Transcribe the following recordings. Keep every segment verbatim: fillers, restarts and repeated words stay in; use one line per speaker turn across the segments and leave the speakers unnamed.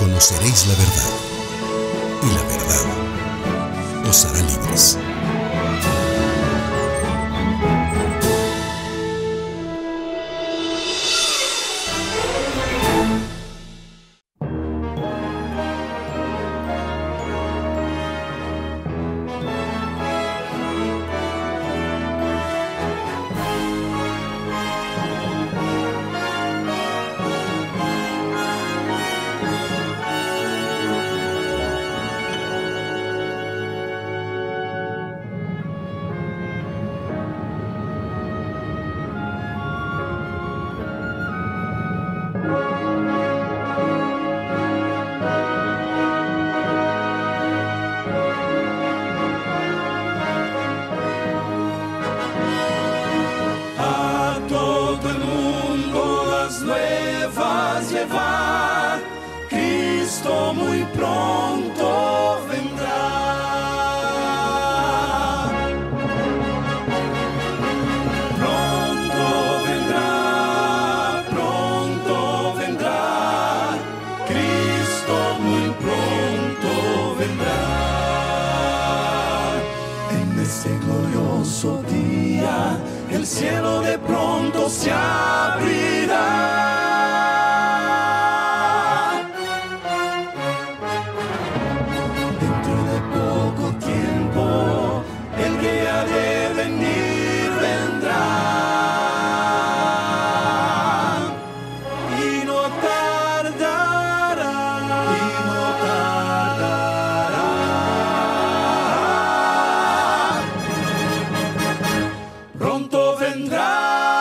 conoceréis la verdad, y la verdad os hará libres.
El cielo de pronto se abrirá. Dentro de poco tiempo, el que ha de venir vendrá. Y no tardará. Y no tardará. Pronto vendrá.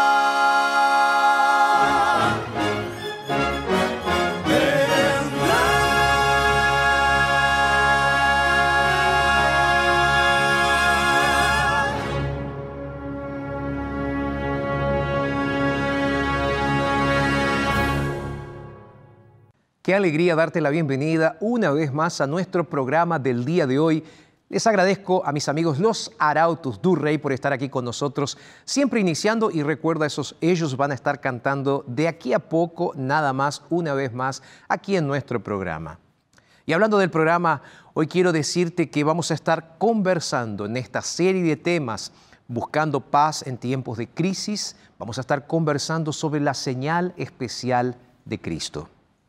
Qué alegría darte la bienvenida una vez más a nuestro programa del día de hoy. Les agradezco a mis amigos los Arautos do Rei por estar aquí con nosotros, siempre iniciando, y recuerda, esos, ellos van a estar cantando de aquí a poco, nada más, una vez más, aquí en nuestro programa. Y hablando del programa, hoy quiero decirte que vamos a estar conversando en esta serie de temas, buscando paz en tiempos de crisis. Vamos a estar conversando sobre la señal especial de Cristo.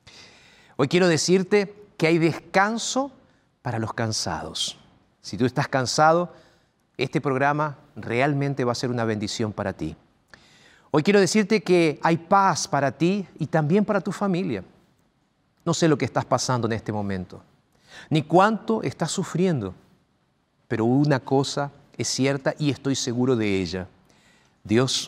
Hoy quiero decirte que hay descanso para los cansados. Si tú estás cansado, este programa realmente va a ser una bendición para ti. Hoy quiero decirte que hay paz para ti y también para tu familia. No sé lo que estás pasando en este momento, ni cuánto estás sufriendo, pero una cosa es cierta y estoy seguro de ella. Dios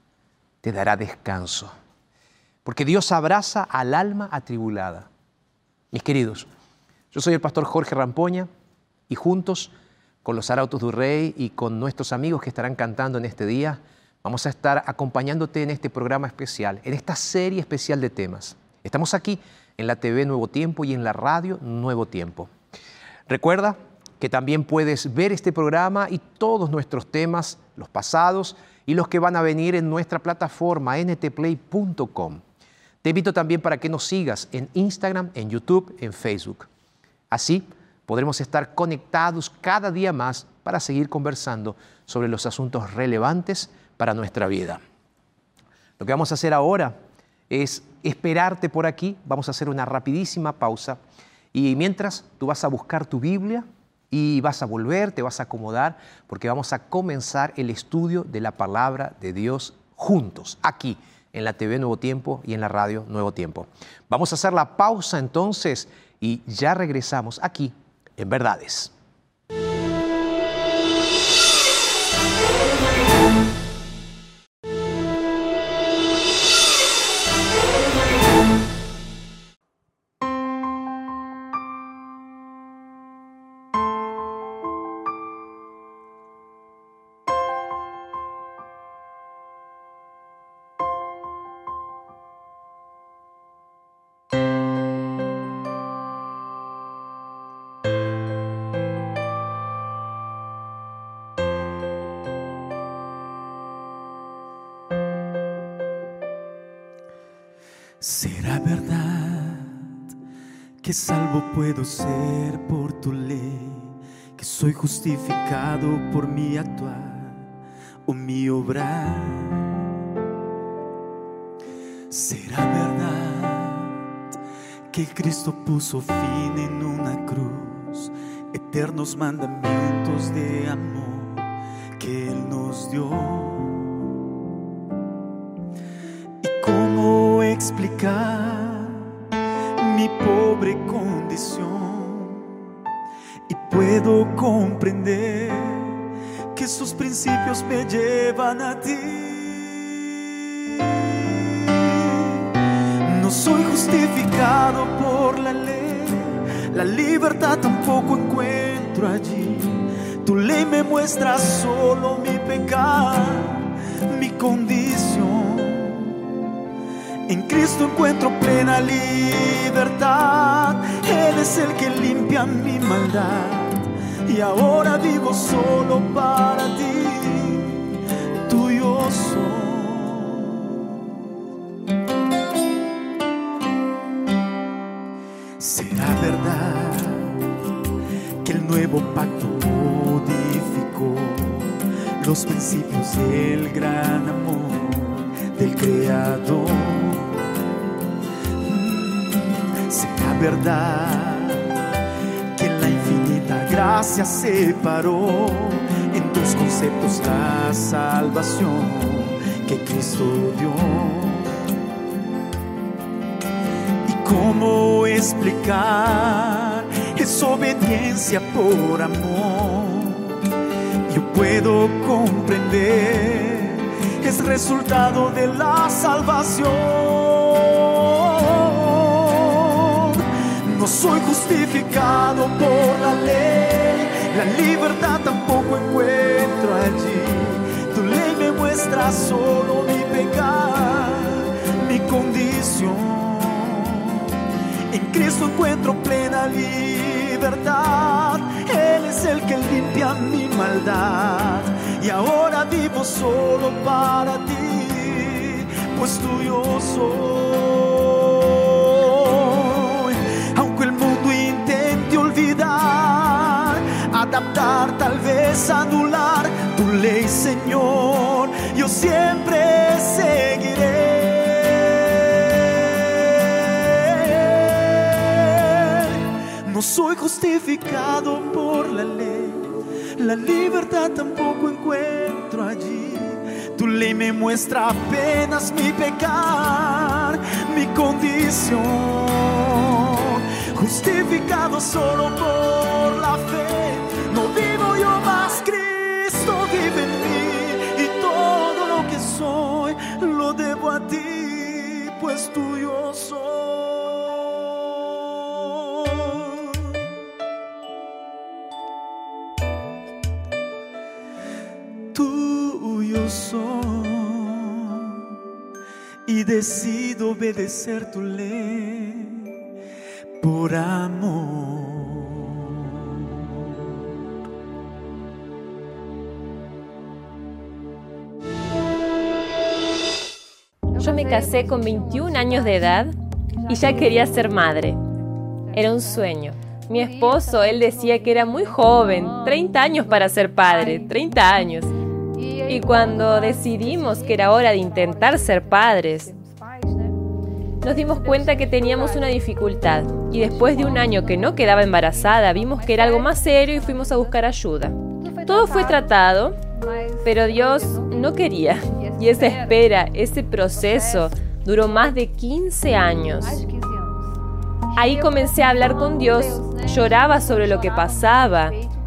te dará descanso, porque Dios abraza al alma atribulada. Mis queridos, yo soy el pastor Jorge Rampoña y juntos con los Arautos do Rei y con nuestros amigos que estarán cantando en este día, vamos a estar acompañándote en este programa especial, en esta serie especial de temas. Estamos aquí en la T V Nuevo Tiempo y en la radio Nuevo Tiempo. Recuerda que también puedes ver este programa y todos nuestros temas, los pasados y los que van a venir, en nuestra plataforma n t play punto com. Te invito también para que nos sigas en Instagram, en YouTube, en Facebook. Así podremos estar conectados cada día más para seguir conversando sobre los asuntos relevantes para nuestra vida. Lo que vamos a hacer ahora es esperarte por aquí. Vamos a hacer una rapidísima pausa y mientras tú vas a buscar tu Biblia y vas a volver, te vas a acomodar, porque vamos a comenzar el estudio de la palabra de Dios juntos, aquí en la T V Nuevo Tiempo y en la radio Nuevo Tiempo. Vamos a hacer la pausa entonces y ya regresamos aquí en Verdades.
¿Será verdad que que salvo puedo ser por tu ley, que soy justificado por mi actuar o mi obrar. ¿Será verdad que Cristo puso fin en una cruz, eternos mandamientos de amor que Él nos dio? ¿Y cómo explicar mi pobre condición? Y puedo comprender que sus principios me llevan a ti. No soy justificado por la ley, la libertad tampoco encuentro allí. Tu ley me muestra solo mi pecado, mi condición. En Cristo encuentro plena libertad. Él es el que limpia mi maldad, y ahora vivo solo para ti. Tuyo soy. ¿Será verdad que el nuevo pacto modificó los principios del gran amor del Creador? ¿Será verdad que la infinita gracia separó en dos conceptos la salvación que Cristo dio? ¿Cómo explicar esa obediencia por amor? Yo puedo comprender, es resultado de la salvación. No soy justificado por la ley, la libertad tampoco encuentro allí. Tu ley me muestra solo mi pecado, mi condición. En Cristo encuentro plena libertad. Él es el que limpia mi maldad, y ahora vivo solo para ti, pues tuyo soy. Aunque el mundo intente olvidar, adaptar, tal vez anular tu ley, Señor, yo siempre seguiré. No soy justificado por la ley, la libertad tampoco encuentro allí. Tu ley me muestra apenas mi pecar, mi condición. Justificado solo por la fe, no vivo yo más, Cristo vive en mí. Y todo lo que soy lo debo a ti, pues tuyo soy. Tuyo soy, y decido obedecer tu ley por amor.
Yo me casé con veintiún años de edad y ya quería ser madre. Era un sueño. Mi esposo, él decía que era muy joven, treinta años para ser padre, treinta años. Y cuando decidimos que era hora de intentar ser padres, nos dimos cuenta que teníamos una dificultad. Y después de un año que no quedaba embarazada, vimos que era algo más serio y fuimos a buscar ayuda. Todo fue tratado, pero Dios no quería. Y esa espera, ese proceso, duró más de quince años. Ahí comencé a hablar con Dios, lloraba sobre lo que pasaba.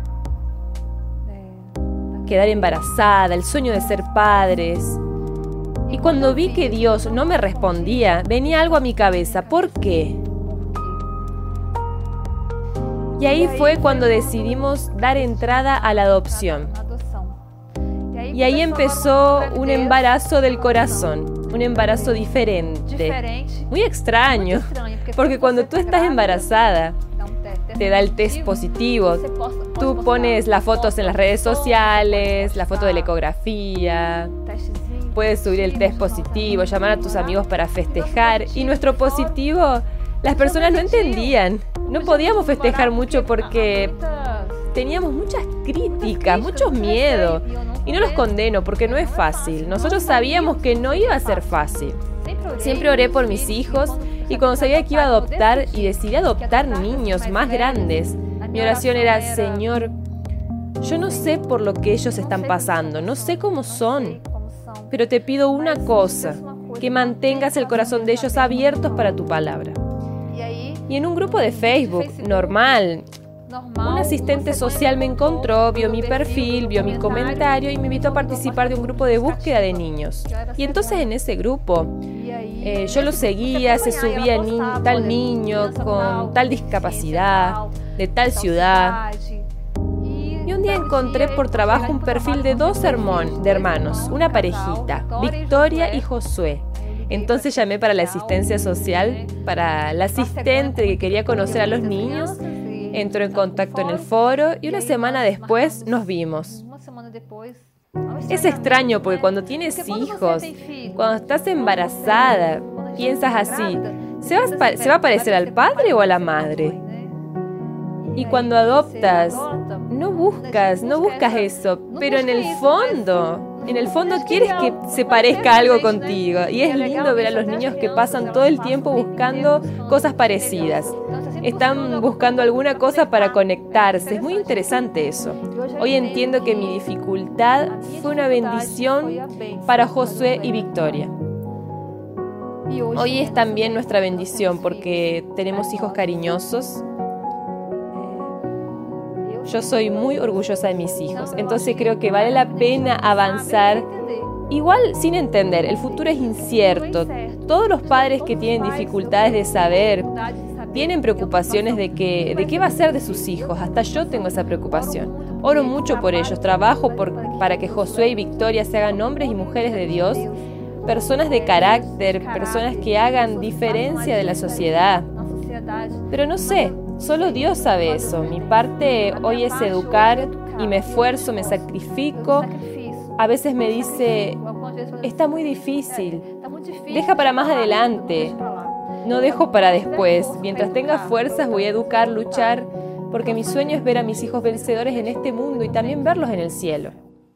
Quedar embarazada, el sueño de ser padres. Y cuando vi que Dios no me respondía, venía algo a mi cabeza. ¿Por qué? Y ahí fue cuando decidimos dar entrada a la adopción. Y ahí empezó un embarazo del corazón, un embarazo diferente, muy extraño, porque cuando tú estás embarazada, te da el test positivo, tú pones las fotos en las redes sociales, la foto de la ecografía, puedes subir el test positivo, llamar a tus amigos para festejar, y nuestro positivo, Las personas no entendían. No podíamos festejar mucho porque teníamos muchas críticas, muchos miedos. Y no los condeno porque no es fácil. Nosotros sabíamos que no iba a ser fácil. Siempre oré por mis hijos y cuando sabía que iba a adoptar y decidí adoptar niños más grandes, mi oración era: Señor, yo no sé por lo que ellos están pasando, no sé cómo son, pero te pido una cosa, que mantengas el corazón de ellos abiertos para tu palabra. Y en un grupo de Facebook, normal, un asistente social me encontró, vio mi perfil, vio mi comentario y me invitó a participar de un grupo de búsqueda de niños. Y entonces en ese grupo eh, yo lo seguía, se subía ni tal niño con tal discapacidad, de tal ciudad. Y un día encontré por trabajo un perfil de dos hermon, de hermanos, una parejita, Victoria y Josué. Entonces llamé para la asistencia social, para la asistente que quería conocer a los niños. Entró en contacto en el foro y una semana después nos vimos. Es extraño porque cuando tienes hijos, cuando estás embarazada, piensas así: ¿se va, a, ¿se va a parecer al padre o a la madre? Y cuando adoptas, no buscas, no buscas eso, pero en el fondo, en el fondo quieres que se parezca algo contigo. Y es lindo ver a los niños que pasan todo el tiempo buscando cosas parecidas. Están buscando alguna cosa para conectarse. Es muy interesante eso. Hoy entiendo que mi dificultad fue una bendición para Josué y Victoria. Hoy es también nuestra bendición porque tenemos hijos cariñosos. Yo soy muy orgullosa de mis hijos, entonces creo que vale la pena avanzar, igual sin entender. El futuro es incierto. Todos los padres que tienen dificultades de saber, tienen preocupaciones de, que, de qué va a ser de sus hijos. Hasta yo tengo esa preocupación. Oro mucho por ellos, trabajo por, para que Josué y Victoria se hagan hombres y mujeres de Dios, personas de carácter, personas que hagan diferencia de la sociedad. Pero no sé, solo Dios sabe eso. Mi parte hoy es educar y me esfuerzo, me sacrifico. A veces me dice: está muy difícil, deja para más adelante. No dejo para después. Mientras tenga fuerzas voy a educar, luchar, porque mi sueño es ver a mis hijos vencedores en este mundo y también verlos en el cielo.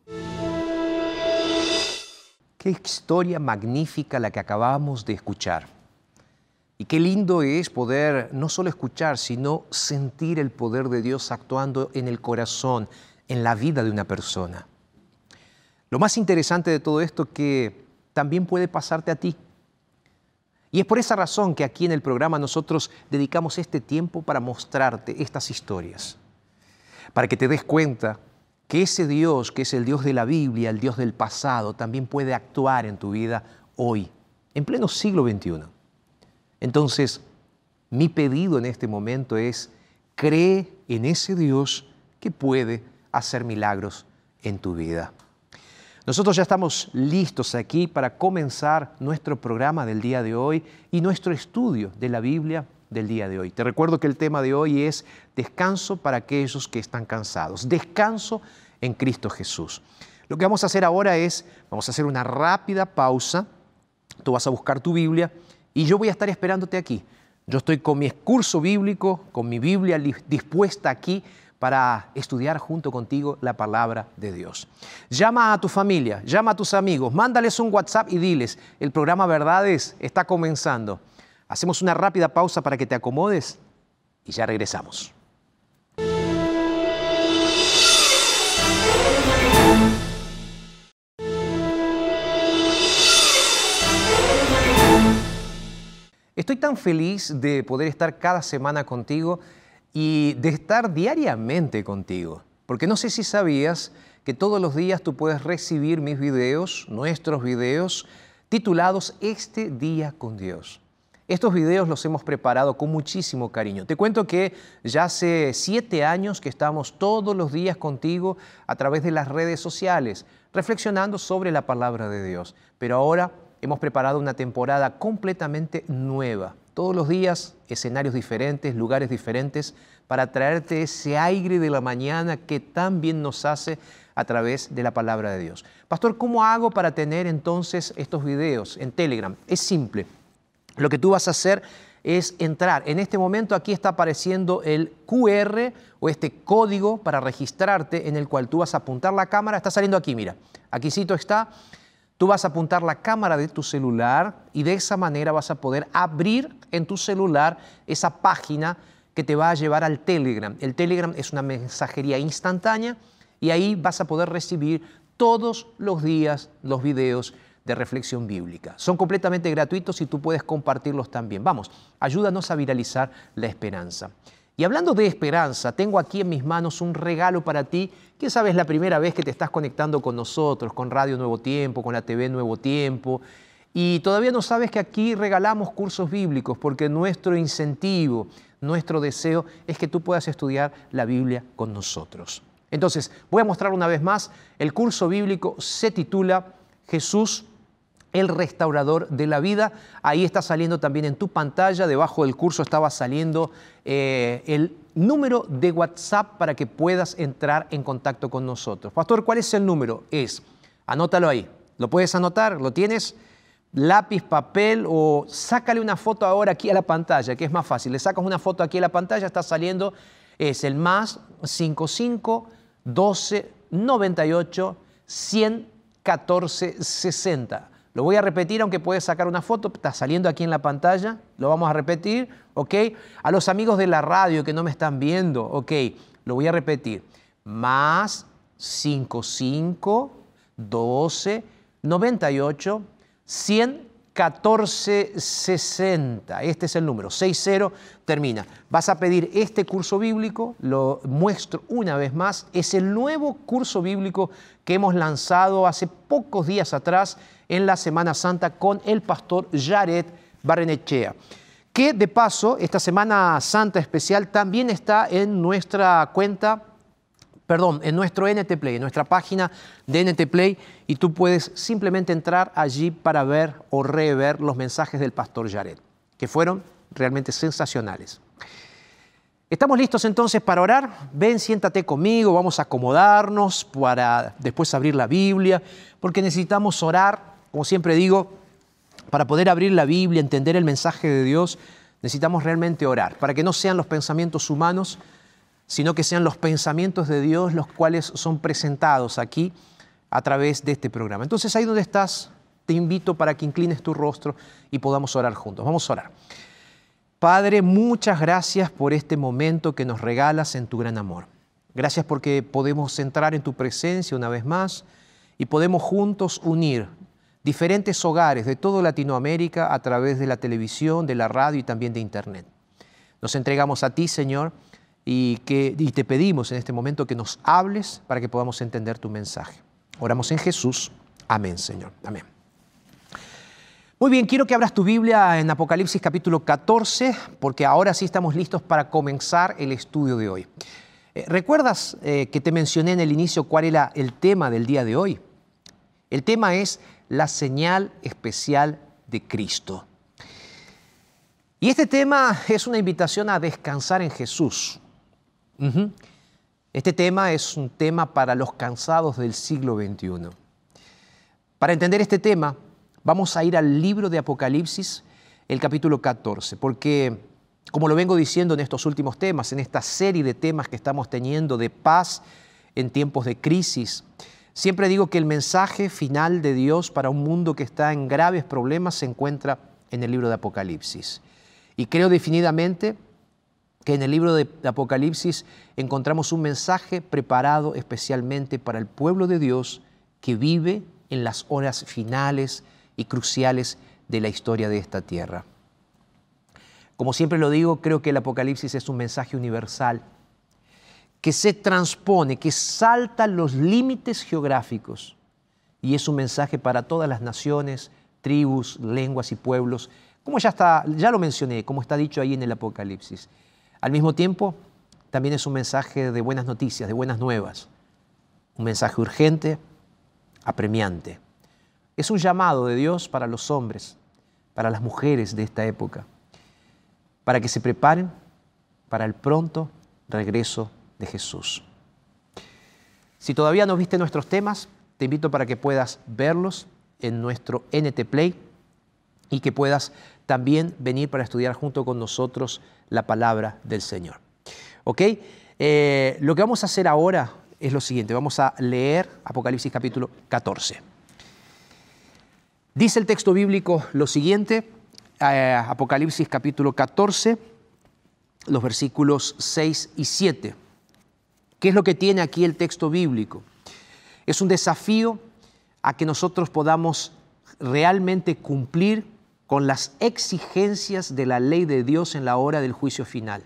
Qué historia magnífica la que acabamos de escuchar. Y qué lindo es poder no solo escuchar, sino sentir el poder de Dios actuando en el corazón, en la vida de una persona. Lo más interesante de todo esto es que también puede pasarte a ti. Y es por esa razón que aquí en el programa nosotros dedicamos este tiempo para mostrarte estas historias, para que te des cuenta que ese Dios, que es el Dios de la Biblia, el Dios del pasado, también puede actuar en tu vida hoy, en pleno siglo veintiuno. Entonces, mi pedido en este momento es: cree en ese Dios que puede hacer milagros en tu vida. Nosotros ya estamos listos aquí para comenzar nuestro programa del día de hoy y nuestro estudio de la Biblia del día de hoy. Te recuerdo que el tema de hoy es descanso para aquellos que están cansados, descanso en Cristo Jesús. Lo que vamos a hacer ahora es, vamos a hacer una rápida pausa. Tú vas a buscar tu Biblia y yo voy a estar esperándote aquí. Yo estoy con mi curso bíblico, con mi Biblia dispuesta aquí para estudiar junto contigo la palabra de Dios. Llama a tu familia, llama a tus amigos, mándales un WhatsApp y diles: el programa Verdades está comenzando. Hacemos una rápida pausa para que te acomodes y ya regresamos. Estoy tan feliz de poder estar cada semana contigo y de estar diariamente contigo, porque no sé si sabías que todos los días tú puedes recibir mis videos, nuestros videos, titulados Este Día con Dios. Estos videos los hemos preparado con muchísimo cariño. Te cuento que ya hace siete años que estamos todos los días contigo a través de las redes sociales, reflexionando sobre la palabra de Dios. Pero ahora hemos preparado una temporada completamente nueva. Todos los días, escenarios diferentes, lugares diferentes, para traerte ese aire de la mañana que tan bien nos hace a través de la palabra de Dios. Pastor, ¿cómo hago para tener entonces estos videos en Telegram? Es simple. Lo que tú vas a hacer es entrar. En este momento aquí está apareciendo el Q R o este código para registrarte en el cual tú vas a apuntar la cámara. Está saliendo aquí, mira. Aquícito está. Tú vas a apuntar la cámara de tu celular y de esa manera vas a poder abrir en tu celular esa página que te va a llevar al Telegram. El Telegram es una mensajería instantánea y ahí vas a poder recibir todos los días los videos de reflexión bíblica. Son completamente gratuitos y tú puedes compartirlos también. Vamos, ayúdanos a viralizar la esperanza. Y hablando de esperanza, tengo aquí en mis manos un regalo para ti. Quién sabe, es la primera vez que te estás conectando con nosotros, con Radio Nuevo Tiempo, con la T V Nuevo Tiempo. Y todavía no sabes que aquí regalamos cursos bíblicos porque nuestro incentivo, nuestro deseo es que tú puedas estudiar la Biblia con nosotros. Entonces, voy a mostrar una vez más. El curso bíblico se titula Jesús, el restaurador de la vida. Ahí está saliendo también en tu pantalla. Debajo del curso estaba saliendo eh, el número de WhatsApp para que puedas entrar en contacto con nosotros. Pastor, ¿cuál es el número? Es, anótalo ahí. ¿Lo puedes anotar? ¿Lo tienes? Lápiz, papel o sácale una foto ahora aquí a la pantalla, que es más fácil. Le sacas una foto aquí a la pantalla, está saliendo, es el más cincuenta y cinco, doce, noventa y ocho, cien, catorce, sesenta. Lo voy a repetir, aunque puedes sacar una foto, está saliendo aquí en la pantalla, lo vamos a repetir, ¿ok? A los amigos de la radio que no me están viendo, ¿ok? Lo voy a repetir, más cincuenta y cinco, doce, noventa y ocho, cien, catorce, sesenta. Este es el número, sesenta, termina. Vas a pedir este curso bíblico, lo muestro una vez más, es el nuevo curso bíblico que hemos lanzado hace pocos días atrás en la Semana Santa con el pastor Jared Barrenechea, que de paso esta Semana Santa especial también está en nuestra cuenta, perdón, en nuestro N T Play, en nuestra página de N T Play, y tú puedes simplemente entrar allí para ver o rever los mensajes del pastor Jared, que fueron realmente sensacionales. ¿Estamos listos entonces para orar? Ven, siéntate conmigo, vamos a acomodarnos para después abrir la Biblia, porque necesitamos orar, como siempre digo, para poder abrir la Biblia, entender el mensaje de Dios, necesitamos realmente orar, para que no sean los pensamientos humanos, sino que sean los pensamientos de Dios los cuales son presentados aquí a través de este programa. Entonces, ahí donde estás, te invito para que inclines tu rostro y podamos orar juntos. Vamos a orar. Padre, muchas gracias por este momento que nos regalas en tu gran amor. Gracias porque podemos entrar en tu presencia una vez más y podemos juntos unir diferentes hogares de toda Latinoamérica a través de la televisión, de la radio y también de Internet. Nos entregamos a ti, Señor, y, que, y te pedimos en este momento que nos hables para que podamos entender tu mensaje. Oramos en Jesús. Amén, Señor. Amén. Muy bien, quiero que abras tu Biblia en Apocalipsis capítulo catorce, porque ahora sí estamos listos para comenzar el estudio de hoy. Eh, ¿Recuerdas eh, que te mencioné en el inicio cuál era el tema del día de hoy? El tema es la señal especial de Cristo. Y este tema es una invitación a descansar en Jesús. Uh-huh. Este tema es un tema para los cansados del siglo veintiuno. Para entender este tema, vamos a ir al libro de Apocalipsis, el capítulo catorce, porque, como lo vengo diciendo en estos últimos temas, en esta serie de temas que estamos teniendo de paz en tiempos de crisis, siempre digo que el mensaje final de Dios para un mundo que está en graves problemas se encuentra en el libro de Apocalipsis. Y creo definidamente que en el libro de Apocalipsis encontramos un mensaje preparado especialmente para el pueblo de Dios que vive en las horas finales y cruciales de la historia de esta tierra. Como siempre lo digo, creo que el Apocalipsis es un mensaje universal que se transpone, que salta los límites geográficos y es un mensaje para todas las naciones, tribus, lenguas y pueblos, como ya, está, ya lo mencioné, como está dicho ahí en el Apocalipsis. Al mismo tiempo, también es un mensaje de buenas noticias, de buenas nuevas, un mensaje urgente, apremiante. Es un llamado de Dios para los hombres, para las mujeres de esta época, para que se preparen para el pronto regreso de Jesús. Si todavía no viste nuestros temas, te invito para que puedas verlos en nuestro N T Play, y que puedas también venir para estudiar junto con nosotros la palabra del Señor. ¿Ok? Eh, lo que vamos a hacer ahora es lo siguiente. Vamos a leer Apocalipsis capítulo catorce. Dice el texto bíblico lo siguiente, eh, Apocalipsis capítulo catorce, los versículos seis y siete. ¿Qué es lo que tiene aquí el texto bíblico? Es un desafío a que nosotros podamos realmente cumplir con las exigencias de la ley de Dios en la hora del juicio final.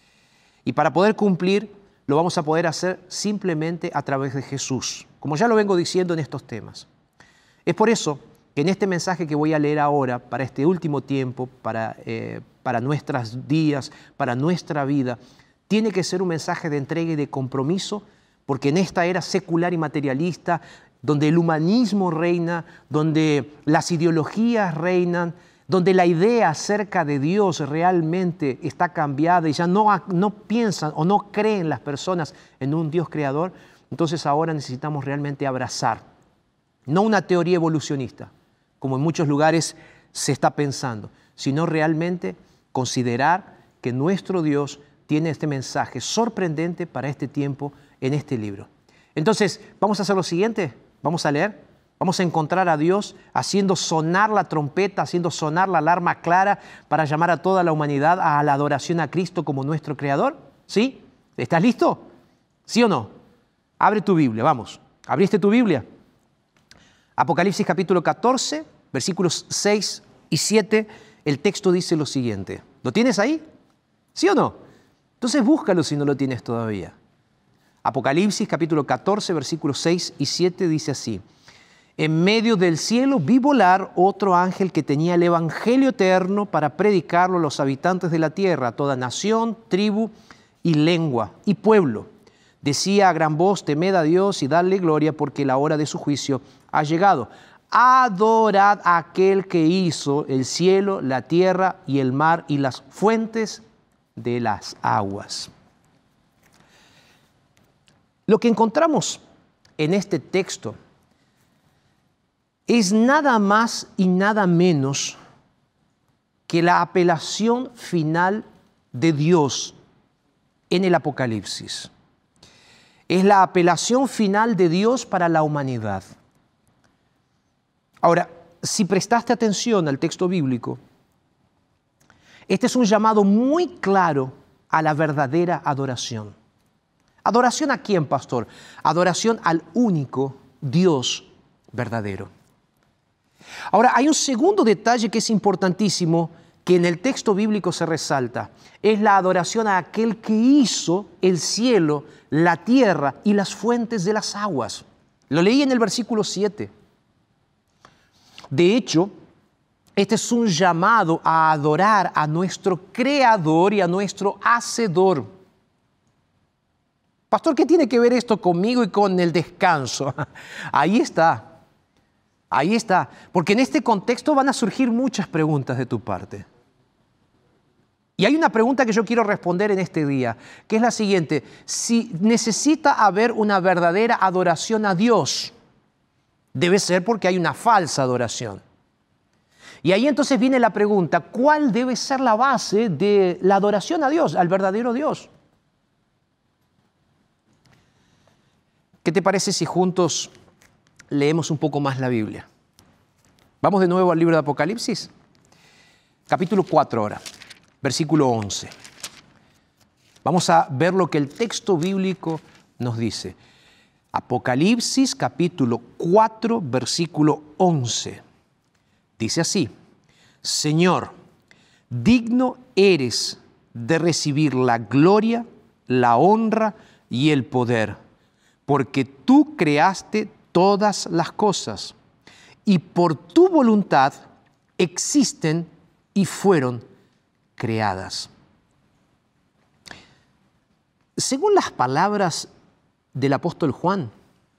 Y para poder cumplir, lo vamos a poder hacer simplemente a través de Jesús, como ya lo vengo diciendo en estos temas. Es por eso que en este mensaje que voy a leer ahora, para este último tiempo, para, eh, para nuestros días, para nuestra vida, tiene que ser un mensaje de entrega y de compromiso, porque en esta era secular y materialista, donde el humanismo reina, donde las ideologías reinan, donde la idea acerca de Dios realmente está cambiada y ya no, no piensan o no creen las personas en un Dios creador, entonces ahora necesitamos realmente abrazar, no una teoría evolucionista, como en muchos lugares se está pensando, sino realmente considerar que nuestro Dios tiene este mensaje sorprendente para este tiempo en este libro. Entonces, vamos a hacer lo siguiente, vamos a leer. Vamos a encontrar a Dios haciendo sonar la trompeta, haciendo sonar la alarma clara para llamar a toda la humanidad a la adoración a Cristo como nuestro Creador. ¿Sí? ¿Estás listo? ¿Sí o no? Abre tu Biblia, vamos. ¿Abriste tu Biblia? Apocalipsis capítulo catorce, versículos seis y siete, el texto dice lo siguiente. ¿Lo tienes ahí? ¿Sí o no? Entonces búscalo si no lo tienes todavía. Apocalipsis capítulo catorce, versículos seis y siete dice así. En medio del cielo vi volar otro ángel que tenía el evangelio eterno para predicarlo a los habitantes de la tierra, a toda nación, tribu y lengua y pueblo. Decía a gran voz, temed a Dios y dadle gloria porque la hora de su juicio ha llegado. Adorad a aquel que hizo el cielo, la tierra y el mar y las fuentes de las aguas. Lo que encontramos en este texto es nada más y nada menos que la apelación final de Dios en el Apocalipsis. Es la apelación final de Dios para la humanidad. Ahora, si prestaste atención al texto bíblico, este es un llamado muy claro a la verdadera adoración. ¿Adoración a quién, pastor? Adoración al único Dios verdadero. Ahora, hay un segundo detalle que es importantísimo que en el texto bíblico se resalta. Es la adoración a aquel que hizo el cielo, la tierra y las fuentes de las aguas. Lo leí en el versículo siete. De hecho, este es un llamado a adorar a nuestro Creador y a nuestro Hacedor. Pastor, ¿qué tiene que ver esto conmigo y con el descanso? Ahí está. Ahí está, porque en este contexto van a surgir muchas preguntas de tu parte. Y hay una pregunta que yo quiero responder en este día, que es la siguiente. Si necesita haber una verdadera adoración a Dios, debe ser porque hay una falsa adoración. Y ahí entonces viene la pregunta, ¿cuál debe ser la base de la adoración a Dios, al verdadero Dios? ¿Qué te parece si juntos leemos un poco más la Biblia? Vamos de nuevo al libro de Apocalipsis, capítulo cuatro ahora, versículo once. Vamos a ver lo que el texto bíblico nos dice. Apocalipsis, capítulo cuatro, versículo once. Dice así: Señor, digno eres de recibir la gloria, la honra y el poder, porque tú creaste todas las cosas, y por tu voluntad existen y fueron creadas. Según las palabras del apóstol Juan,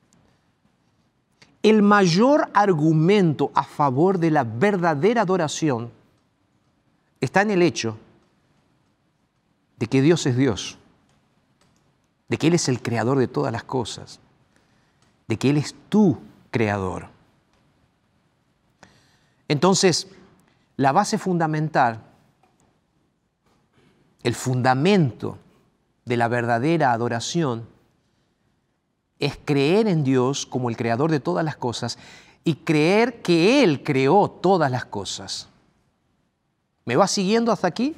el mayor argumento a favor de la verdadera adoración está en el hecho de que Dios es Dios, de que Él es el creador de todas las cosas, de que Él es tu creador. Entonces, la base fundamental, el fundamento de la verdadera adoración es creer en Dios como el creador de todas las cosas y creer que Él creó todas las cosas. ¿Me va siguiendo hasta aquí?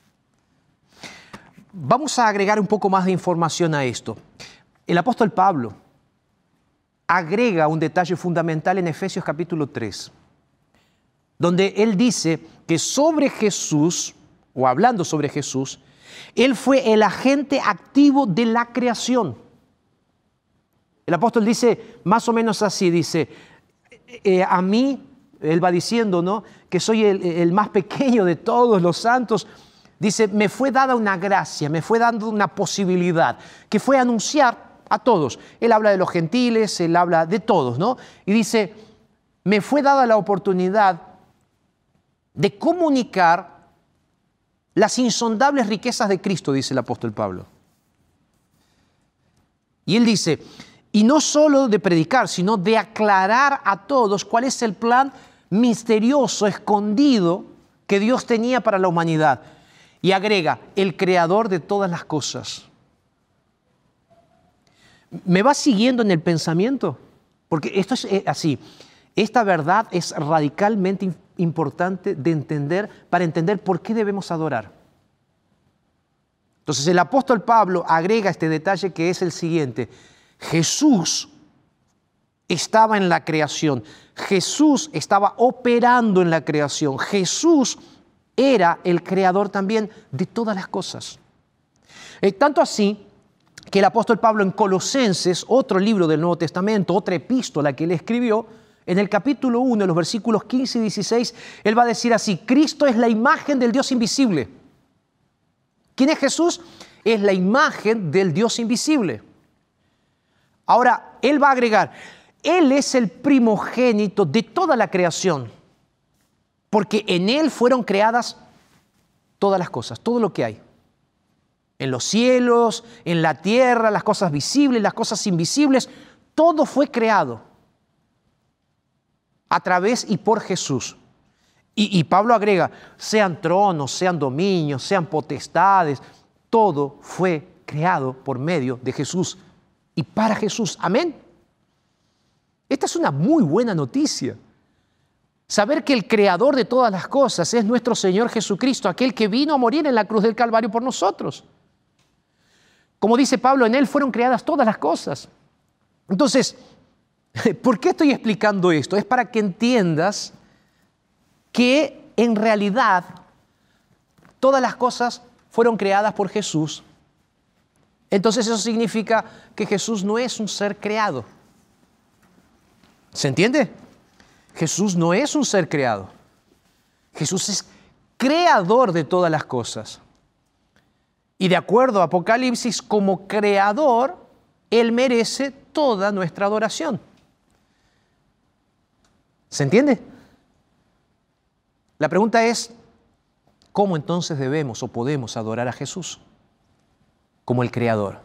Vamos a agregar un poco más de información a esto. El apóstol Pablo agrega un detalle fundamental en Efesios capítulo tres, donde él dice que sobre Jesús, o hablando sobre Jesús, Él fue el agente activo de la creación. El apóstol dice más o menos así, dice, eh, a mí, él va diciendo, ¿no?, que soy el, el más pequeño de todos los santos. Dice, me fue dada una gracia, me fue dando una posibilidad, que fue anunciar a todos. Él habla de los gentiles, él habla de todos, ¿no? Y dice, me fue dada la oportunidad de comunicar las insondables riquezas de Cristo, dice el apóstol Pablo. Y él dice, y no solo de predicar, sino de aclarar a todos cuál es el plan misterioso, escondido, que Dios tenía para la humanidad. Y agrega, el creador de todas las cosas. ¿Me va siguiendo en el pensamiento? Porque esto es así. Esta verdad es radicalmente importante de entender para entender por qué debemos adorar. Entonces el apóstol Pablo agrega este detalle que es el siguiente. Jesús estaba en la creación. Jesús estaba operando en la creación. Jesús era el creador también de todas las cosas. Eh, tanto así que el apóstol Pablo en Colosenses, otro libro del Nuevo Testamento, otra epístola que él escribió, en el capítulo uno, en los versículos quince y dieciséis, él va a decir así, Cristo es la imagen del Dios invisible. ¿Quién es Jesús? Es la imagen del Dios invisible. Ahora, él va a agregar, Él es el primogénito de toda la creación, porque en Él fueron creadas todas las cosas, todo lo que hay. En los cielos, en la tierra, las cosas visibles, las cosas invisibles, todo fue creado a través y por Jesús. Y, y Pablo agrega, sean tronos, sean dominios, sean potestades, todo fue creado por medio de Jesús y para Jesús. Amén. Esta es una muy buena noticia. Saber que el creador de todas las cosas es nuestro Señor Jesucristo, aquel que vino a morir en la cruz del Calvario por nosotros. Como dice Pablo, en Él fueron creadas todas las cosas. Entonces, ¿por qué estoy explicando esto? Es para que entiendas que en realidad todas las cosas fueron creadas por Jesús. Entonces eso significa que Jesús no es un ser creado. ¿Se entiende? Jesús no es un ser creado. Jesús es creador de todas las cosas. Y de acuerdo a Apocalipsis, como creador, Él merece toda nuestra adoración. ¿Se entiende? La pregunta es, ¿cómo entonces debemos o podemos adorar a Jesús como el creador?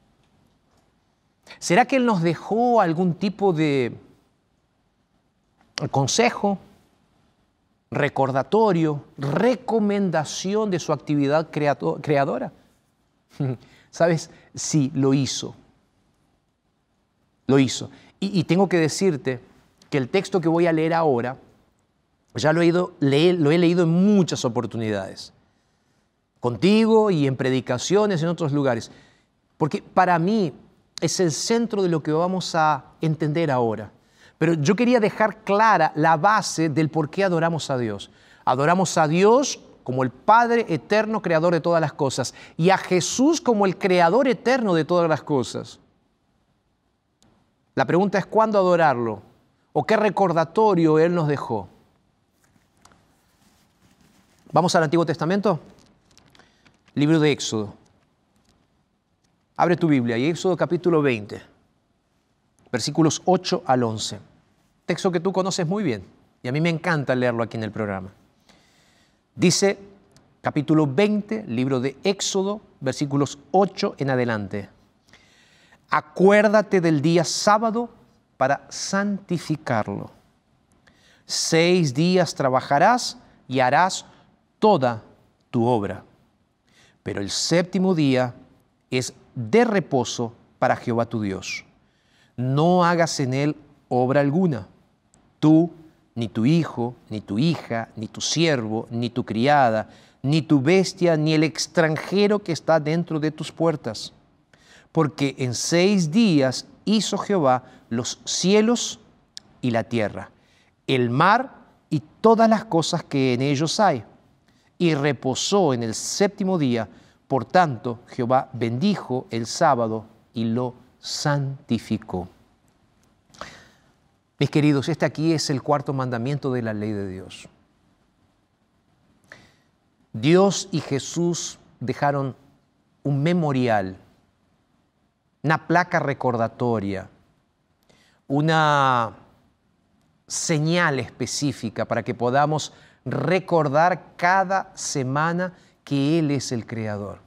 ¿Será que Él nos dejó algún tipo de consejo, recordatorio, recomendación de su actividad creadora? ¿Sabes? Sí, lo hizo. Lo hizo. Y, y tengo que decirte que el texto que voy a leer ahora, ya lo he, ido, le, lo he leído en muchas oportunidades. Contigo y en predicaciones en otros lugares. Porque para mí es el centro de lo que vamos a entender ahora. Pero yo quería dejar clara la base del por qué adoramos a Dios. Adoramos a Dios como el Padre eterno, creador de todas las cosas, y a Jesús como el creador eterno de todas las cosas. La pregunta es ¿cuándo adorarlo? ¿O qué recordatorio Él nos dejó? Vamos al Antiguo Testamento, libro de Éxodo. Abre tu Biblia y Éxodo capítulo veinte. Versículos ocho al once. Texto que tú conoces muy bien y a mí me encanta leerlo aquí en el programa. Dice capítulo veinte, libro de Éxodo, versículos ocho en adelante. Acuérdate del día sábado para santificarlo. Seis días trabajarás y harás toda tu obra. Pero el séptimo día es de reposo para Jehová tu Dios. No hagas en él obra alguna, tú, ni tu hijo, ni tu hija, ni tu siervo, ni tu criada, ni tu bestia, ni el extranjero que está dentro de tus puertas. Porque en seis días hizo Jehová los cielos y la tierra, el mar y todas las cosas que en ellos hay. Y reposó en el séptimo día. Por tanto, Jehová bendijo el sábado y lo santificó. Mis queridos, este aquí es el cuarto mandamiento de la ley de Dios. Dios y Jesús dejaron un memorial, una placa recordatoria, una señal específica para que podamos recordar cada semana que Él es el Creador.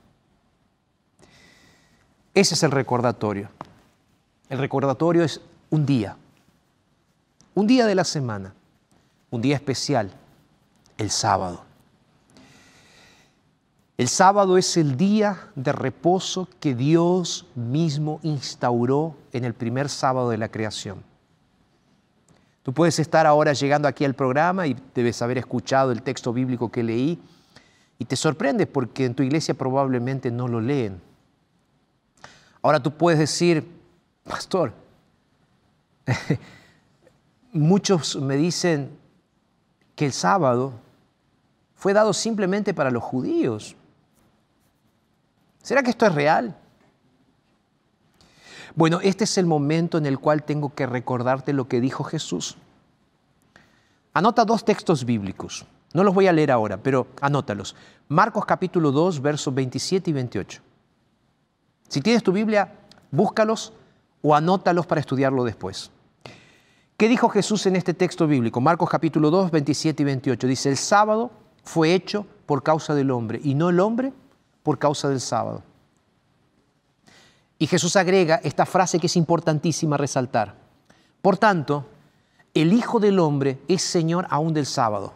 Ese es el recordatorio. El recordatorio es un día, un día de la semana, un día especial, el sábado. El sábado es el día de reposo que Dios mismo instauró en el primer sábado de la creación. Tú puedes estar ahora llegando aquí al programa y debes haber escuchado el texto bíblico que leí y te sorprendes porque en tu iglesia probablemente no lo leen. Ahora tú puedes decir, pastor, muchos me dicen que el sábado fue dado simplemente para los judíos. ¿Será que esto es real? Bueno, este es el momento en el cual tengo que recordarte lo que dijo Jesús. Anota dos textos bíblicos. No los voy a leer ahora, pero anótalos. Marcos capítulo dos, versos veintisiete y veintiocho. Si tienes tu Biblia, búscalos o anótalos para estudiarlo después. ¿Qué dijo Jesús en este texto bíblico? Marcos capítulo dos, veintisiete y veintiocho. Dice, el sábado fue hecho por causa del hombre y no el hombre por causa del sábado. Y Jesús agrega esta frase que es importantísima resaltar. Por tanto, el Hijo del Hombre es Señor aún del sábado.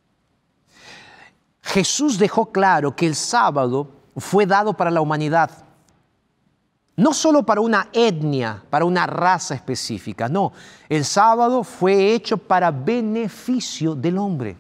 Jesús dejó claro que el sábado fue dado para la humanidad. No solo para una etnia, para una raza específica, no. El sábado fue hecho para beneficio del hombre.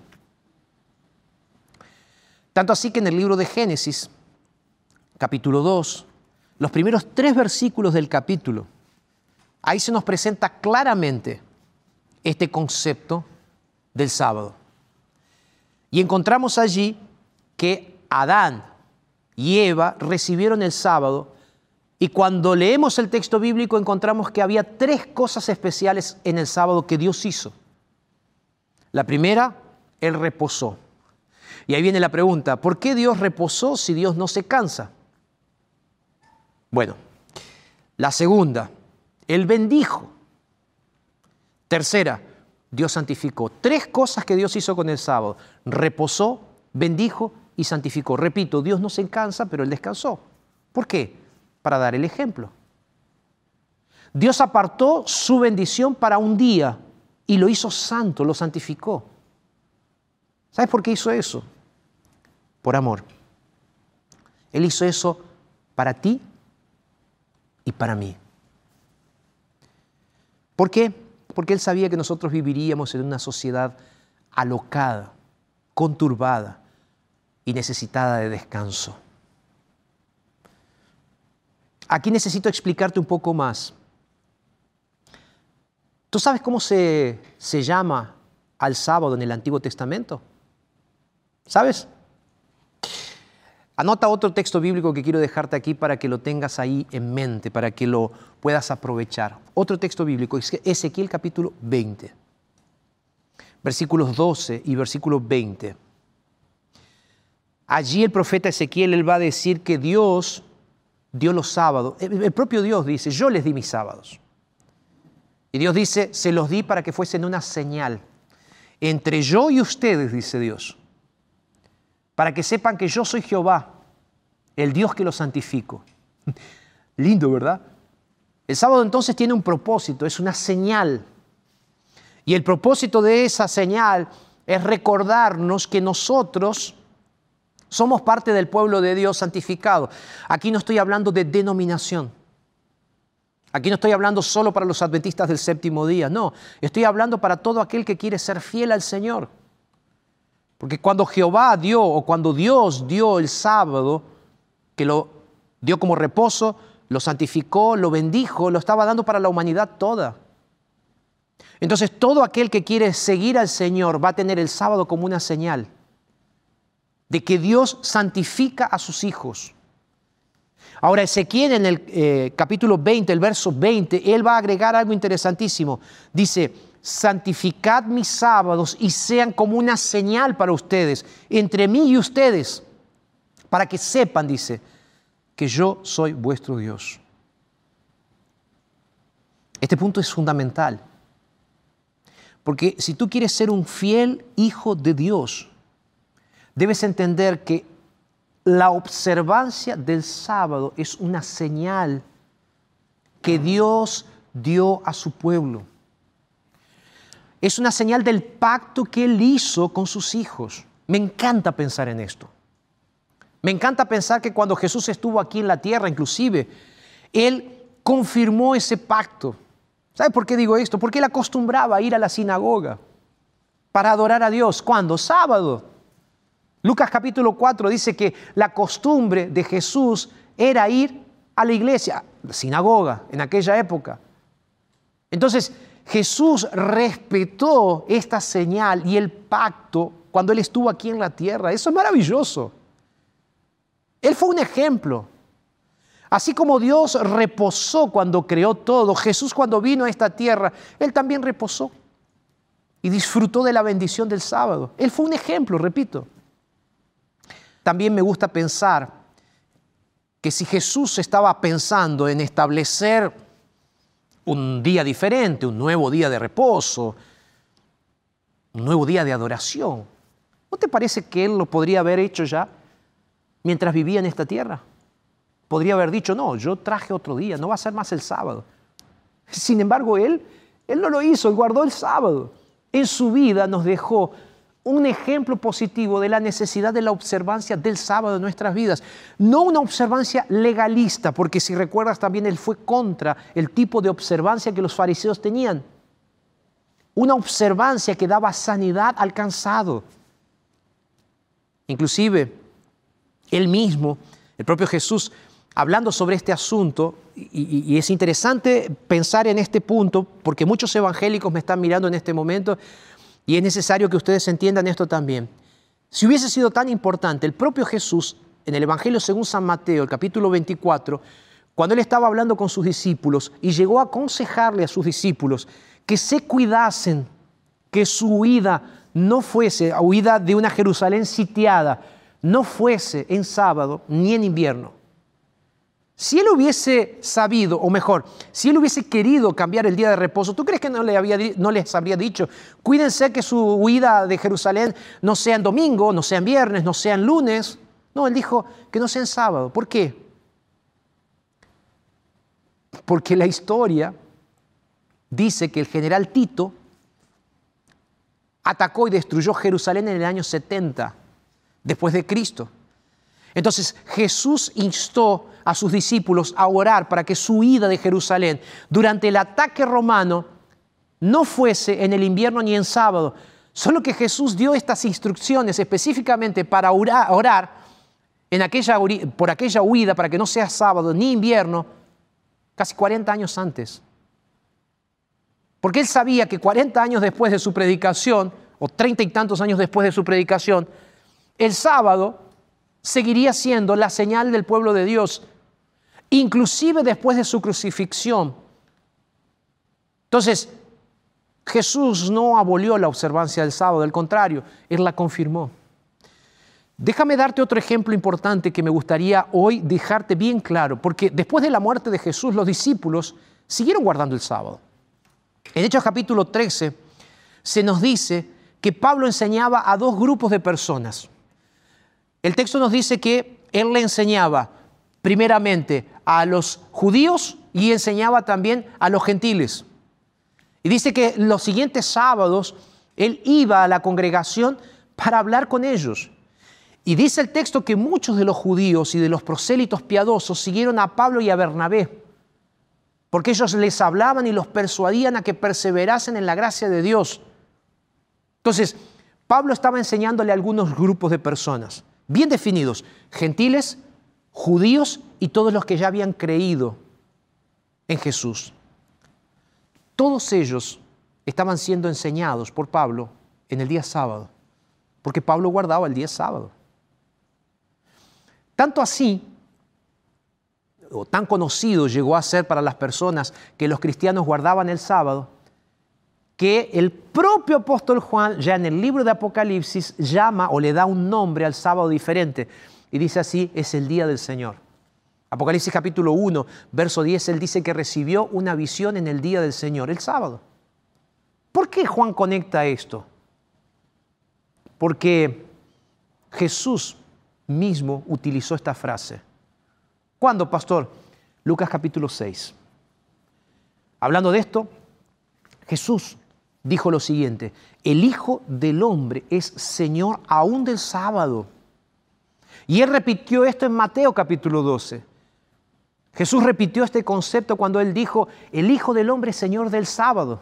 Tanto así que en el libro de Génesis, capítulo dos, los primeros tres versículos del capítulo, ahí se nos presenta claramente este concepto del sábado. Y encontramos allí que Adán y Eva recibieron el sábado. Y cuando leemos el texto bíblico encontramos que había tres cosas especiales en el sábado que Dios hizo. La primera, Él reposó. Y ahí viene la pregunta, ¿por qué Dios reposó si Dios no se cansa? Bueno, la segunda, Él bendijo. Tercera, Dios santificó. Tres cosas que Dios hizo con el sábado. Reposó, bendijo y santificó. Repito, Dios no se cansa, pero Él descansó. ¿Por qué? Para dar el ejemplo. Dios apartó su bendición para un día y lo hizo santo, lo santificó. ¿Sabes por qué hizo eso? Por amor. Él hizo eso para ti y para mí. ¿Por qué? Porque Él sabía que nosotros viviríamos en una sociedad alocada, conturbada y necesitada de descanso. Aquí necesito explicarte un poco más. ¿Tú sabes cómo se, se llama al sábado en el Antiguo Testamento? ¿Sabes? Anota otro texto bíblico que quiero dejarte aquí para que lo tengas ahí en mente, para que lo puedas aprovechar. Otro texto bíblico, Ezequiel capítulo veinte, versículos doce y versículo veinte. Allí el profeta Ezequiel, él va a decir que Dios dio los sábados. El propio Dios dice, yo les di mis sábados. Y Dios dice, se los di para que fuesen una señal entre yo y ustedes, dice Dios, para que sepan que yo soy Jehová, el Dios que los santifico. Lindo, ¿verdad? El sábado entonces tiene un propósito, es una señal. Y el propósito de esa señal es recordarnos que nosotros somos parte del pueblo de Dios santificado. Aquí no estoy hablando de denominación. Aquí no estoy hablando solo para los adventistas del séptimo día. No, estoy hablando para todo aquel que quiere ser fiel al Señor. Porque cuando Jehová dio, o cuando Dios dio el sábado, que lo dio como reposo, lo santificó, lo bendijo, lo estaba dando para la humanidad toda. Entonces todo aquel que quiere seguir al Señor va a tener el sábado como una señal de que Dios santifica a sus hijos. Ahora Ezequiel en el eh, capítulo veinte, el verso veinte, él va a agregar algo interesantísimo. Dice, santificad mis sábados y sean como una señal para ustedes, entre mí y ustedes, para que sepan, dice, que yo soy vuestro Dios. Este punto es fundamental, porque si tú quieres ser un fiel hijo de Dios, debes entender que la observancia del sábado es una señal que Dios dio a su pueblo. Es una señal del pacto que Él hizo con sus hijos. Me encanta pensar en esto. Me encanta pensar que cuando Jesús estuvo aquí en la tierra, inclusive, Él confirmó ese pacto. ¿Sabe por qué digo esto? Porque Él acostumbraba a ir a la sinagoga para adorar a Dios. ¿Cuándo? Sábado. Lucas capítulo cuatro dice que la costumbre de Jesús era ir a la iglesia, la sinagoga, en aquella época. Entonces, Jesús respetó esta señal y el pacto cuando Él estuvo aquí en la tierra. Eso es maravilloso. Él fue un ejemplo. Así como Dios reposó cuando creó todo, Jesús cuando vino a esta tierra, Él también reposó y disfrutó de la bendición del sábado. Él fue un ejemplo, repito. También me gusta pensar que si Jesús estaba pensando en establecer un día diferente, un nuevo día de reposo, un nuevo día de adoración, ¿no te parece que Él lo podría haber hecho ya mientras vivía en esta tierra? Podría haber dicho, no, yo traje otro día, no va a ser más el sábado. Sin embargo, Él, Él no lo hizo, Él guardó el sábado. En su vida nos dejó un ejemplo positivo de la necesidad de la observancia del sábado en nuestras vidas. No una observancia legalista, porque si recuerdas también Él fue contra el tipo de observancia que los fariseos tenían. Una observancia que daba sanidad al cansado. Inclusive, Él mismo, el propio Jesús, hablando sobre este asunto, y, y, y es interesante pensar en este punto, porque muchos evangélicos me están mirando en este momento, y es necesario que ustedes entiendan esto también. Si hubiese sido tan importante, el propio Jesús, en el Evangelio según San Mateo, el capítulo veinticuatro, cuando Él estaba hablando con sus discípulos y llegó a aconsejarle a sus discípulos que se cuidasen, que su huida no fuese, a huida de una Jerusalén sitiada, no fuese en sábado ni en invierno. Si Él hubiese sabido, o mejor, si Él hubiese querido cambiar el día de reposo, ¿tú crees que no, le había, no les habría dicho? Cuídense que su huida de Jerusalén no sea en domingo, no sea en viernes, no sea en lunes. No, Él dijo que no sea en sábado. ¿Por qué? Porque la historia dice que el general Tito atacó y destruyó Jerusalén en el año setenta después de Cristo. Entonces Jesús instó a sus discípulos a orar para que su huida de Jerusalén durante el ataque romano no fuese en el invierno ni en sábado. Solo que Jesús dio estas instrucciones específicamente para orar, orar en aquella, por aquella huida, para que no sea sábado ni invierno, casi cuarenta años antes. Porque Él sabía que cuarenta años después de su predicación, o treinta y tantos años después de su predicación, el sábado seguiría siendo la señal del pueblo de Dios, inclusive después de su crucifixión. Entonces, Jesús no abolió la observancia del sábado, al contrario, Él la confirmó. Déjame darte otro ejemplo importante que me gustaría hoy dejarte bien claro, porque después de la muerte de Jesús, los discípulos siguieron guardando el sábado. En Hechos capítulo trece se nos dice que Pablo enseñaba a dos grupos de personas. El texto nos dice que él le enseñaba primeramente a los judíos y enseñaba también a los gentiles. Y dice que los siguientes sábados Él iba a la congregación para hablar con ellos. Y dice el texto que muchos de los judíos y de los prosélitos piadosos siguieron a Pablo y a Bernabé, porque ellos les hablaban y los persuadían a que perseverasen en la gracia de Dios. Entonces, Pablo estaba enseñándole a algunos grupos de personas, bien definidos, gentiles, judíos y todos los que ya habían creído en Jesús. Todos ellos estaban siendo enseñados por Pablo en el día sábado, porque Pablo guardaba el día sábado. Tanto así, o tan conocido llegó a ser para las personas que los cristianos guardaban el sábado, que el propio apóstol Juan, ya en el libro de Apocalipsis, llama o le da un nombre al sábado diferente. Y dice así, es el día del Señor. Apocalipsis capítulo uno, verso diez, él dice que recibió una visión en el día del Señor, el sábado. ¿Por qué Juan conecta esto? Porque Jesús mismo utilizó esta frase. ¿Cuándo, pastor? Lucas capítulo seis. Hablando de esto, Jesús dijo lo siguiente: el Hijo del Hombre es Señor aún del sábado. Y él repitió esto en Mateo capítulo doce. Jesús repitió este concepto cuando él dijo, el Hijo del Hombre es Señor del sábado.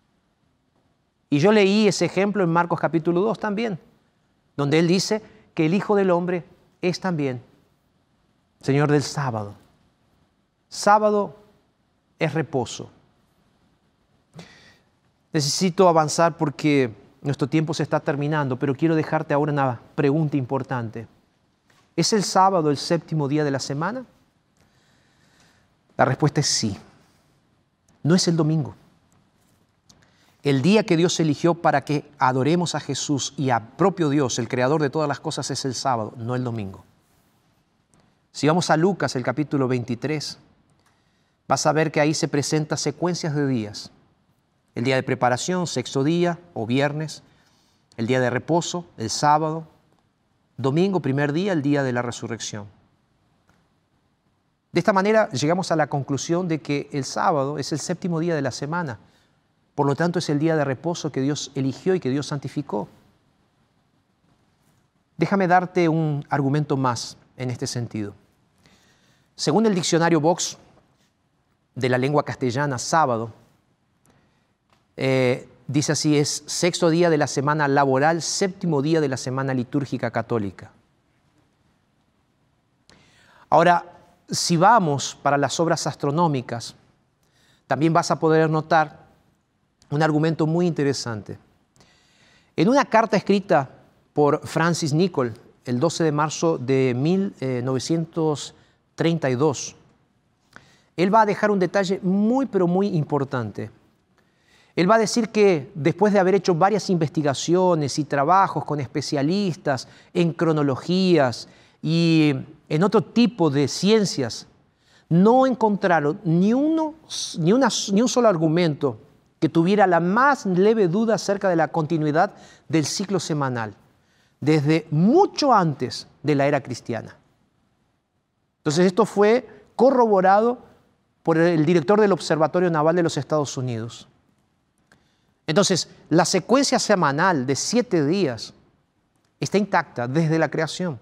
Y yo leí ese ejemplo en Marcos capítulo dos también, donde él dice que el Hijo del Hombre es también Señor del sábado. Sábado es reposo. Necesito avanzar porque nuestro tiempo se está terminando, pero quiero dejarte ahora una pregunta importante. ¿Es el sábado el séptimo día de la semana? La respuesta es sí. No es el domingo. El día que Dios eligió para que adoremos a Jesús y a propio Dios, el creador de todas las cosas, es el sábado, no el domingo. Si vamos a Lucas, el capítulo veintitrés, vas a ver que ahí se presentan secuencias de días. El día de preparación, sexto día o viernes, el día de reposo, el sábado, domingo, primer día, el día de la resurrección. De esta manera llegamos a la conclusión de que el sábado es el séptimo día de la semana. Por lo tanto, es el día de reposo que Dios eligió y que Dios santificó. Déjame darte un argumento más en este sentido. Según el diccionario Vox de la lengua castellana, sábado, eh, dice así, es sexto día de la semana laboral, séptimo día de la semana litúrgica católica. Ahora, si vamos para las obras astronómicas, también vas a poder notar un argumento muy interesante. En una carta escrita por Francis Nichol el doce de marzo de mil novecientos treinta y dos, él va a dejar un detalle muy, pero muy importante. Él va a decir que después de haber hecho varias investigaciones y trabajos con especialistas en cronologías y en otro tipo de ciencias, no encontraron ni, uno, ni, una, ni un solo argumento que tuviera la más leve duda acerca de la continuidad del ciclo semanal, desde mucho antes de la era cristiana. Entonces esto fue corroborado por el director del Observatorio Naval de los Estados Unidos. Entonces, la secuencia semanal de siete días está intacta desde la creación.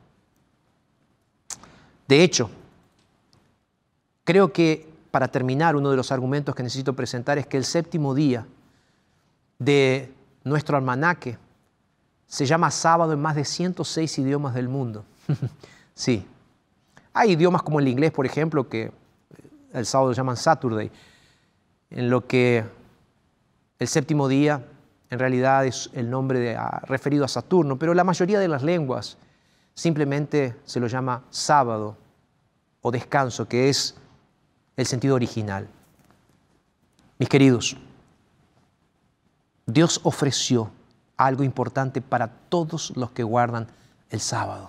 De hecho, creo que para terminar, uno de los argumentos que necesito presentar es que el séptimo día de nuestro almanaque se llama sábado en más de ciento seis idiomas del mundo. Sí. Hay idiomas como el inglés, por ejemplo, que el sábado llaman Saturday, en lo que el séptimo día en realidad es el nombre de, a, referido a Saturno, pero la mayoría de las lenguas simplemente se lo llama sábado o descanso, que es el sentido original. Mis queridos, Dios ofreció algo importante para todos los que guardan el sábado.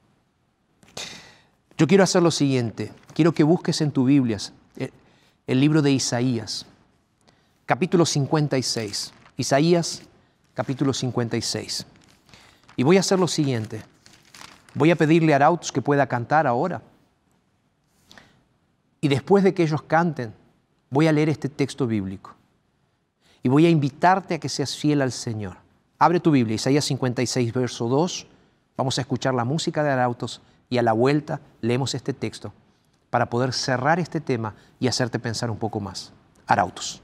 Yo quiero hacer lo siguiente, quiero que busques en tu Biblia el, el libro de Isaías, capítulo cincuenta y seis. Isaías, capítulo cincuenta y seis. Y voy a hacer lo siguiente, voy a pedirle a Arautos que pueda cantar ahora. Y después de que ellos canten, voy a leer este texto bíblico. Y voy a invitarte a que seas fiel al Señor. Abre tu Biblia, Isaías cincuenta y seis, verso dos. Vamos a escuchar la música de Arautos y a la vuelta leemos este texto para poder cerrar este tema y hacerte pensar un poco más. Arautos.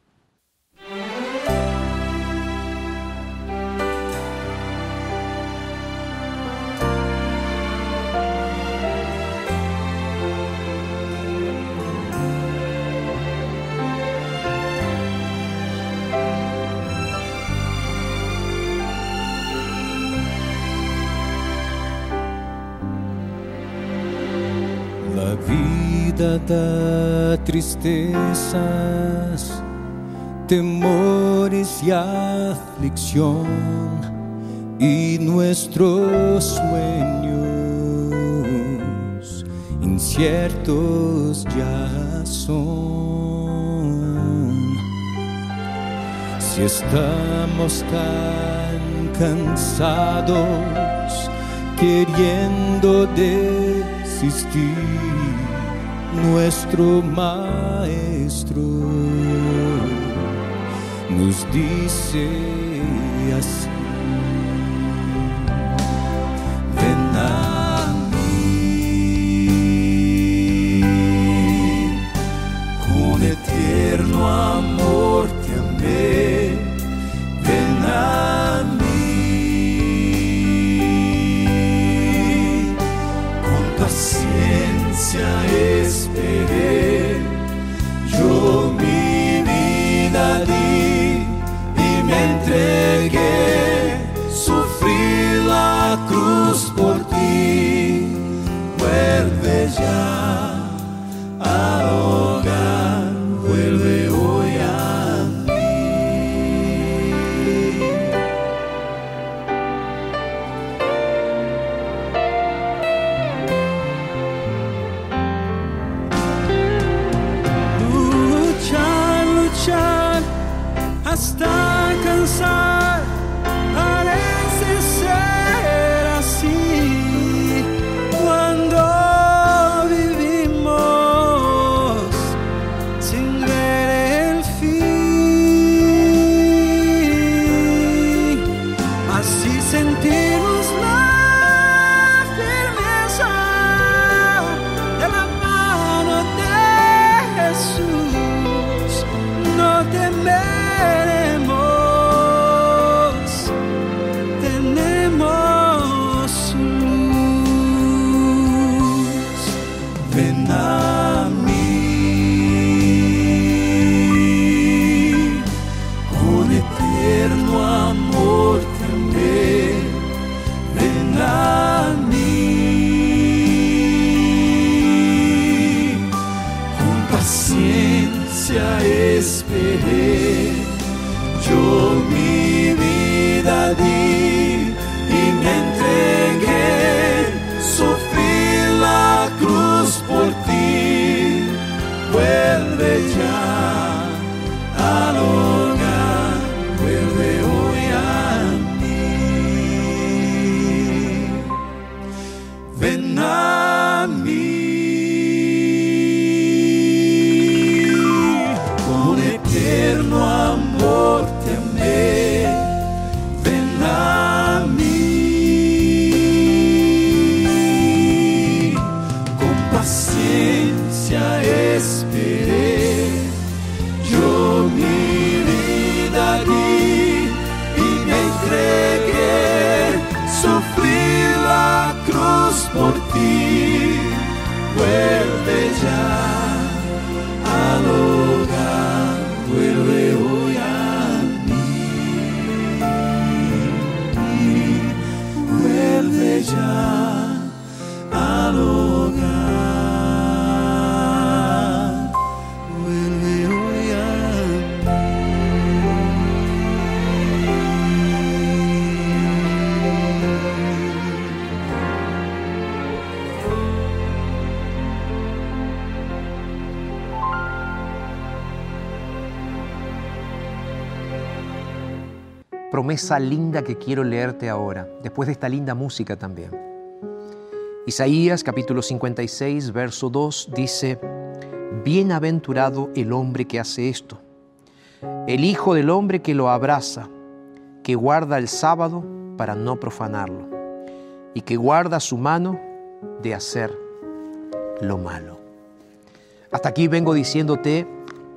La vida da tristezas, temores y aflicción, y nuestros sueños inciertos ya son. Si estamos tan cansados, queriendo desistir, nuestro Maestro nos dice así: ven a mí, con eterno amor te amé, ven a mí, con paciencia esperé, yo mi vida di y me entregué, sufrí la cruz por ti, vuelve ya al hogar, vuelve hoy a mí. Luchar, luchar hasta cansar, parece ser así cuando vivimos sin ver el fin. Así sentimos la firmeza de la mano de Jesús. No temeremos, tenemos luz. Ven a mí, con eterno amor te amé, ven a mí, con paciencia esperé, yo mi vida di y me entregué, sufrí la cruz por ti, vuelve ya al hogar, vuelve hoy a mí, ven a mí, con eterno amor te amé, ven a mí, con paciencia esperé, yo mi vida di y me entregué, sufrí la cruz por ti, vuelve ya al hogar, vuelve hoy a mí, vuelve ya al hogar, vuelve hoy a
Promesa linda que quiero leerte ahora, después de esta linda música también. Isaías capítulo cincuenta y seis, verso dos dice: bienaventurado el hombre que hace esto, el hijo del hombre que lo abraza, que guarda el sábado para no profanarlo y que guarda su mano de hacer lo malo. Hasta aquí vengo diciéndote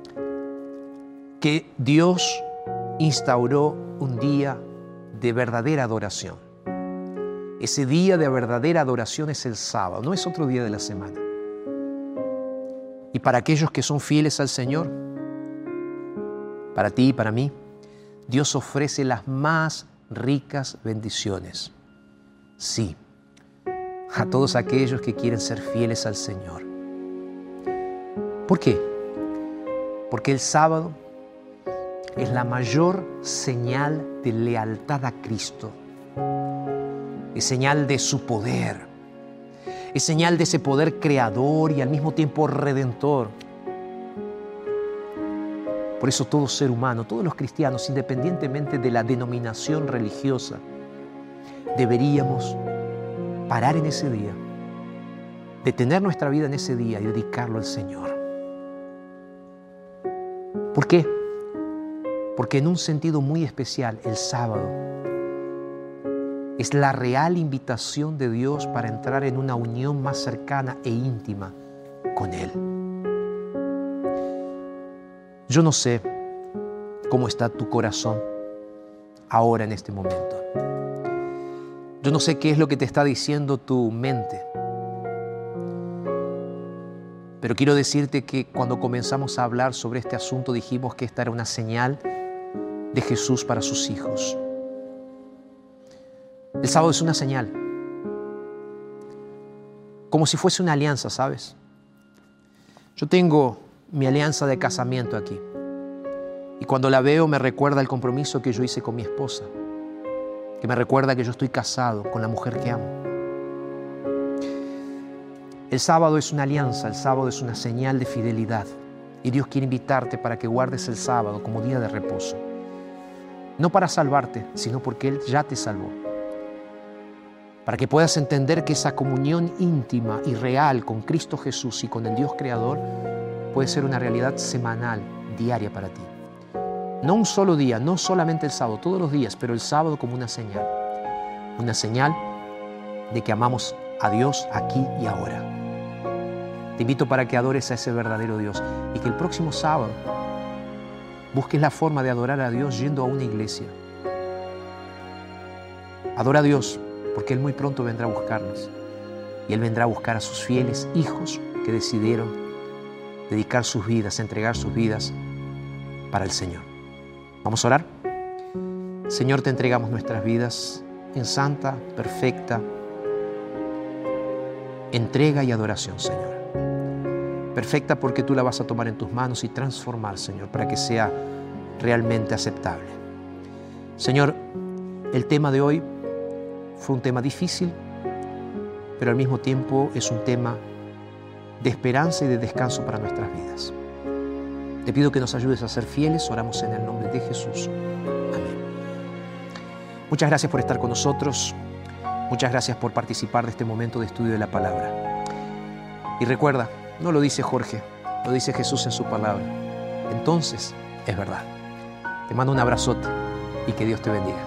que Dios instauró un día de verdadera adoración. Ese día de verdadera adoración es el sábado, no es otro día de la semana. Y para aquellos que son fieles al Señor, para ti y para mí, Dios ofrece las más ricas bendiciones. Sí, a todos aquellos que quieren ser fieles al Señor. ¿Por qué? Porque el sábado es la mayor señal de lealtad a Cristo. Es señal de su poder. Es señal de ese poder creador y al mismo tiempo redentor. Por eso todo ser humano, todos los cristianos, independientemente de la denominación religiosa, deberíamos parar en ese día, detener nuestra vida en ese día y dedicarlo al Señor. ¿Por qué? Porque en un sentido muy especial, el sábado es la real invitación de Dios para entrar en una unión más cercana e íntima con Él. Yo no sé cómo está tu corazón ahora en este momento. Yo no sé qué es lo que te está diciendo tu mente. Pero quiero decirte que cuando comenzamos a hablar sobre este asunto dijimos que esta era una señal de Jesús para sus hijos. El sábado es una señal, como si fuese una alianza, ¿sabes? Yo tengo mi alianza de casamiento aquí y cuando la veo me recuerda el compromiso que yo hice con mi esposa, que me recuerda que yo estoy casado con la mujer que amo. El sábado es una alianza, el sábado es una señal de fidelidad y Dios quiere invitarte para que guardes el sábado como día de reposo. No para salvarte, sino porque Él ya te salvó. Para que puedas entender que esa comunión íntima y real con Cristo Jesús y con el Dios Creador puede ser una realidad semanal, diaria para ti. No un solo día, no solamente el sábado, todos los días, pero el sábado como una señal. Una señal de que amamos a Dios aquí y ahora. Te invito para que adores a ese verdadero Dios y que el próximo sábado busques la forma de adorar a Dios yendo a una iglesia. Adora a Dios porque Él muy pronto vendrá a buscarnos y Él vendrá a buscar a sus fieles hijos que decidieron dedicar sus vidas, entregar sus vidas para el Señor. ¿Vamos a orar? Señor, te entregamos nuestras vidas en santa, perfecta entrega y adoración, Señor. Perfecta porque tú la vas a tomar en tus manos y transformar, Señor, para que sea realmente aceptable. Señor, el tema de hoy fue un tema difícil, pero al mismo tiempo es un tema de esperanza y de descanso para nuestras vidas. Te pido que nos ayudes a ser fieles, oramos en el nombre de Jesús. Amén. Muchas gracias por estar con nosotros, muchas gracias por participar de este momento de estudio de la palabra. Y recuerda, no lo dice Jorge, lo dice Jesús en su palabra. Entonces, es verdad. Te mando un abrazote y que Dios te bendiga.